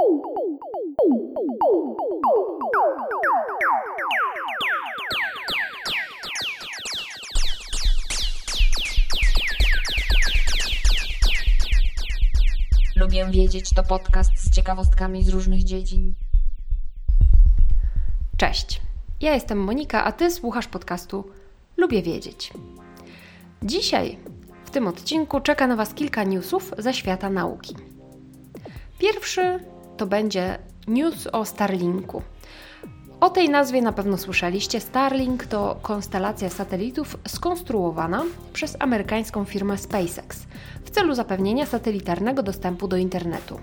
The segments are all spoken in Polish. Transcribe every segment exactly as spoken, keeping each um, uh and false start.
Lubię wiedzieć to podcast z ciekawostkami z różnych dziedzin. Cześć, ja jestem Monika, a Ty słuchasz podcastu Lubię wiedzieć. Dzisiaj w tym odcinku czeka na Was kilka newsów ze świata nauki. Pierwszy to będzie news o Starlinku. O tej nazwie na pewno słyszeliście. Starlink to konstelacja satelitów skonstruowana przez amerykańską firmę SpaceX w celu zapewnienia satelitarnego dostępu do internetu.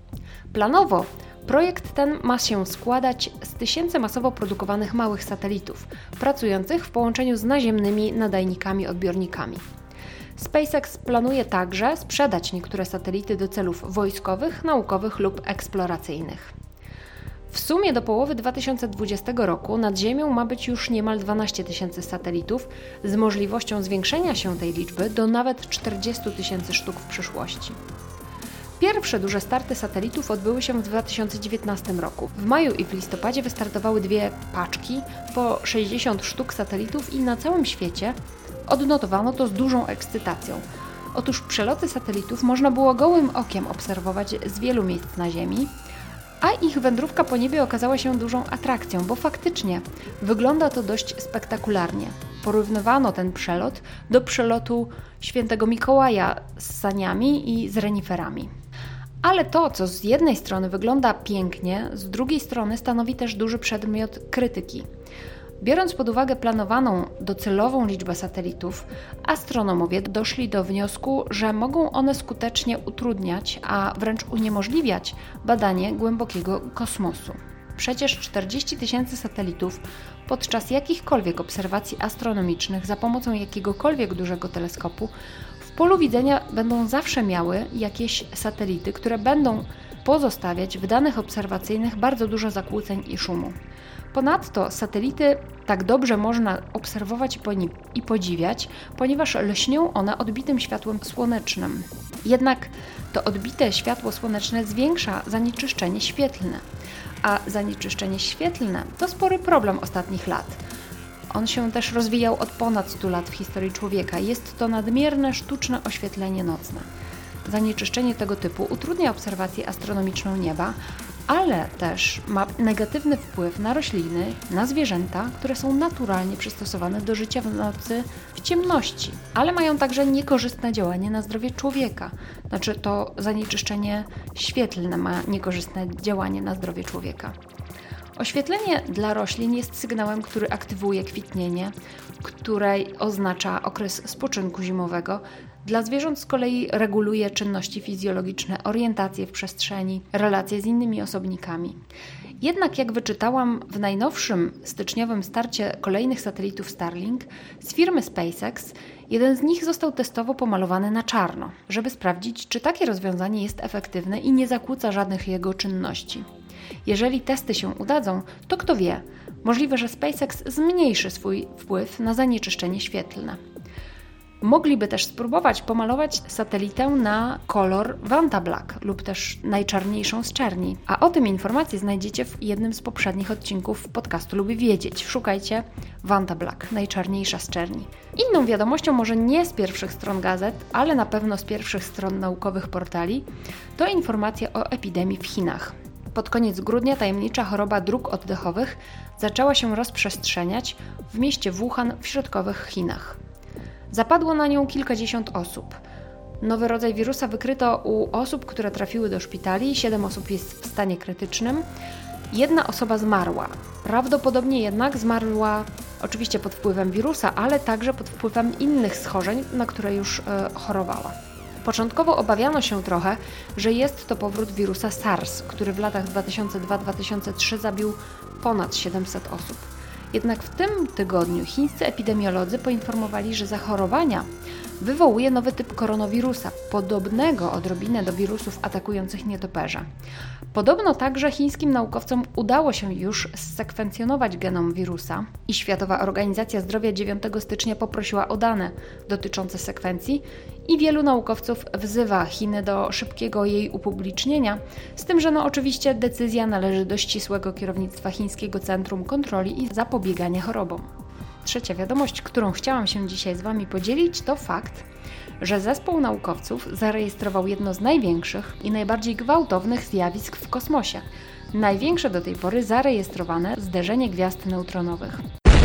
Planowo projekt ten ma się składać z tysięcy masowo produkowanych małych satelitów, pracujących w połączeniu z naziemnymi nadajnikami-odbiornikami. SpaceX planuje także sprzedać niektóre satelity do celów wojskowych, naukowych lub eksploracyjnych. W sumie do połowy dwa tysiące dwudziestego roku nad Ziemią ma być już niemal dwanaście tysięcy satelitów, z możliwością zwiększenia się tej liczby do nawet czterdzieści tysięcy sztuk w przyszłości. Pierwsze duże starty satelitów odbyły się w dwa tysiące dziewiętnastym roku. W maju i w listopadzie wystartowały dwie paczki po sześćdziesiąt sztuk satelitów i na całym świecie odnotowano to z dużą ekscytacją. Otóż przeloty satelitów można było gołym okiem obserwować z wielu miejsc na Ziemi, a ich wędrówka po niebie okazała się dużą atrakcją, bo faktycznie wygląda to dość spektakularnie. Porównywano ten przelot do przelotu świętego Mikołaja z saniami i z reniferami. Ale to, co z jednej strony wygląda pięknie, z drugiej strony stanowi też duży przedmiot krytyki. Biorąc pod uwagę planowaną docelową liczbę satelitów, astronomowie doszli do wniosku, że mogą one skutecznie utrudniać, a wręcz uniemożliwiać badanie głębokiego kosmosu. Przecież czterdzieści tysięcy satelitów podczas jakichkolwiek obserwacji astronomicznych za pomocą jakiegokolwiek dużego teleskopu w polu widzenia będą zawsze miały jakieś satelity, które będą pozostawiać w danych obserwacyjnych bardzo dużo zakłóceń i szumu. Ponadto satelity tak dobrze można obserwować i podziwiać, ponieważ lśnią one odbitym światłem słonecznym. Jednak to odbite światło słoneczne zwiększa zanieczyszczenie świetlne, a zanieczyszczenie świetlne to spory problem ostatnich lat. On się też rozwijał od ponad stu lat w historii człowieka. Jest to nadmierne, sztuczne oświetlenie nocne. Zanieczyszczenie tego typu utrudnia obserwację astronomiczną nieba, ale też ma negatywny wpływ na rośliny, na zwierzęta, które są naturalnie przystosowane do życia w nocy w ciemności, ale mają także niekorzystne działanie na zdrowie człowieka. Znaczy to zanieczyszczenie świetlne ma niekorzystne działanie na zdrowie człowieka. Oświetlenie dla roślin jest sygnałem, który aktywuje kwitnienie, które oznacza okres spoczynku zimowego. Dla zwierząt z kolei reguluje czynności fizjologiczne, orientację w przestrzeni, relacje z innymi osobnikami. Jednak jak wyczytałam w najnowszym styczniowym starcie kolejnych satelitów Starlink z firmy SpaceX, jeden z nich został testowo pomalowany na czarno, żeby sprawdzić, czy takie rozwiązanie jest efektywne i nie zakłóca żadnych jego czynności. Jeżeli testy się udadzą, to kto wie, możliwe, że SpaceX zmniejszy swój wpływ na zanieczyszczenie świetlne. Mogliby też spróbować pomalować satelitę na kolor Vanta Black lub też najczarniejszą z czerni. A o tym informacje znajdziecie w jednym z poprzednich odcinków podcastu Lubię Wiedzieć. Szukajcie Vanta Black, najczarniejsza z czerni. Inną wiadomością, może nie z pierwszych stron gazet, ale na pewno z pierwszych stron naukowych portali, to informacja o epidemii w Chinach. Pod koniec grudnia tajemnicza choroba dróg oddechowych zaczęła się rozprzestrzeniać w mieście Wuhan w środkowych Chinach. Zapadło na nią kilkadziesiąt osób. Nowy rodzaj wirusa wykryto u osób, które trafiły do szpitali. Siedem osób jest w stanie krytycznym. Jedna osoba zmarła. Prawdopodobnie jednak zmarła oczywiście pod wpływem wirusa, ale także pod wpływem innych schorzeń, na które już e, chorowała. Początkowo obawiano się trochę, że jest to powrót wirusa SARS, który w latach dwa tysiące drugi do dwa tysiące trzeciego zabił ponad siedemset osób. Jednak w tym tygodniu chińscy epidemiolodzy poinformowali, że zachorowania wywołuje nowy typ koronawirusa, podobnego odrobinę do wirusów atakujących nietoperze. Podobno także chińskim naukowcom udało się już zsekwencjonować genom wirusa i Światowa Organizacja Zdrowia dziewiątego stycznia poprosiła o dane dotyczące sekwencji i wielu naukowców wzywa Chiny do szybkiego jej upublicznienia, z tym, że no oczywiście decyzja należy do ścisłego kierownictwa Chińskiego Centrum Kontroli i Zapobiegania Chorobom. Trzecia wiadomość, którą chciałam się dzisiaj z Wami podzielić, to fakt, że zespół naukowców zarejestrował jedno z największych i najbardziej gwałtownych zjawisk w kosmosie. Największe do tej pory zarejestrowane zderzenie gwiazd neutronowych.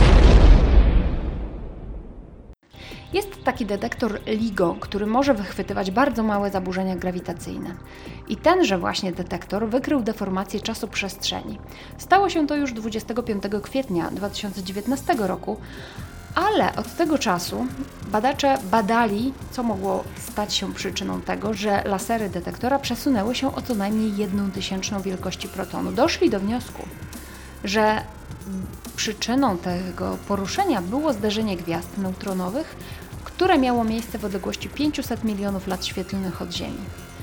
Jest taki detektor LIGO, który może wychwytywać bardzo małe zaburzenia grawitacyjne. I tenże właśnie detektor wykrył deformację czasoprzestrzeni. Stało się to już dwudziestego piątego kwietnia dwa tysiące dziewiętnastego roku, ale od tego czasu badacze badali, co mogło stać się przyczyną tego, że lasery detektora przesunęły się o co najmniej jedną tysięczną wielkości protonu. Doszli do wniosku, że przyczyną tego poruszenia było zderzenie gwiazd neutronowych, które miało miejsce w odległości pięćset milionów lat świetlnych od Ziemi.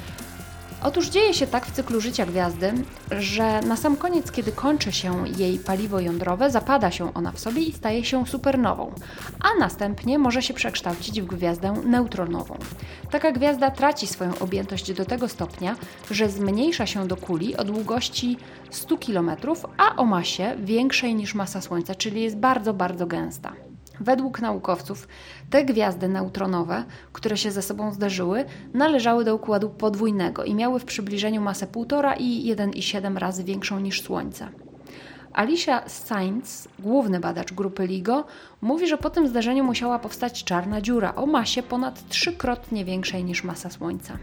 Otóż dzieje się tak w cyklu życia gwiazdy, że na sam koniec, kiedy kończy się jej paliwo jądrowe, zapada się ona w sobie i staje się supernową, a następnie może się przekształcić w gwiazdę neutronową. Taka gwiazda traci swoją objętość do tego stopnia, że zmniejsza się do kuli o długości stu kilometrów, a o masie większej niż masa Słońca, czyli jest bardzo, bardzo gęsta. Według naukowców te gwiazdy neutronowe, które się ze sobą zderzyły, należały do układu podwójnego i miały w przybliżeniu masę półtora i jeden przecinek siedem razy większą niż Słońce. Alicia Sainz, główny badacz grupy LIGO, mówi, że po tym zdarzeniu musiała powstać czarna dziura o masie ponad trzykrotnie większej niż masa Słońca.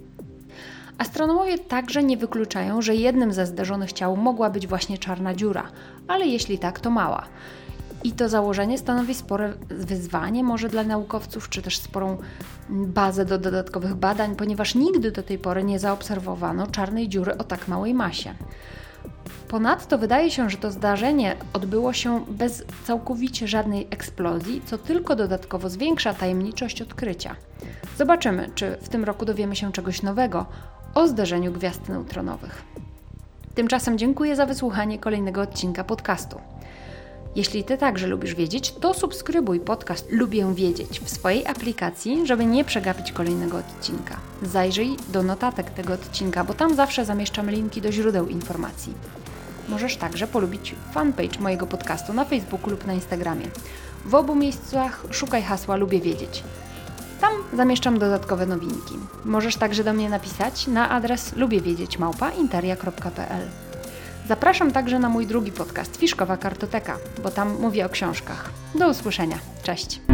Astronomowie także nie wykluczają, że jednym ze zderzonych ciał mogła być właśnie czarna dziura, ale jeśli tak, to mała. I to założenie stanowi spore wyzwanie może dla naukowców, czy też sporą bazę do dodatkowych badań, ponieważ nigdy do tej pory nie zaobserwowano czarnej dziury o tak małej masie. Ponadto wydaje się, że to zdarzenie odbyło się bez całkowicie żadnej eksplozji, co tylko dodatkowo zwiększa tajemniczość odkrycia. Zobaczymy, czy w tym roku dowiemy się czegoś nowego o zderzeniu gwiazd neutronowych. Tymczasem dziękuję za wysłuchanie kolejnego odcinka podcastu. Jeśli Ty także lubisz wiedzieć, to subskrybuj podcast Lubię Wiedzieć w swojej aplikacji, żeby nie przegapić kolejnego odcinka. Zajrzyj do notatek tego odcinka, bo tam zawsze zamieszczam linki do źródeł informacji. Możesz także polubić fanpage mojego podcastu na Facebooku lub na Instagramie. W obu miejscach szukaj hasła Lubię Wiedzieć. Tam zamieszczam dodatkowe nowinki. Możesz także do mnie napisać na adres lubiewiedzieć małpa interia kropka p l. Zapraszam także na mój drugi podcast Fiszkowa Kartoteka, bo tam mówię o książkach. Do usłyszenia. Cześć!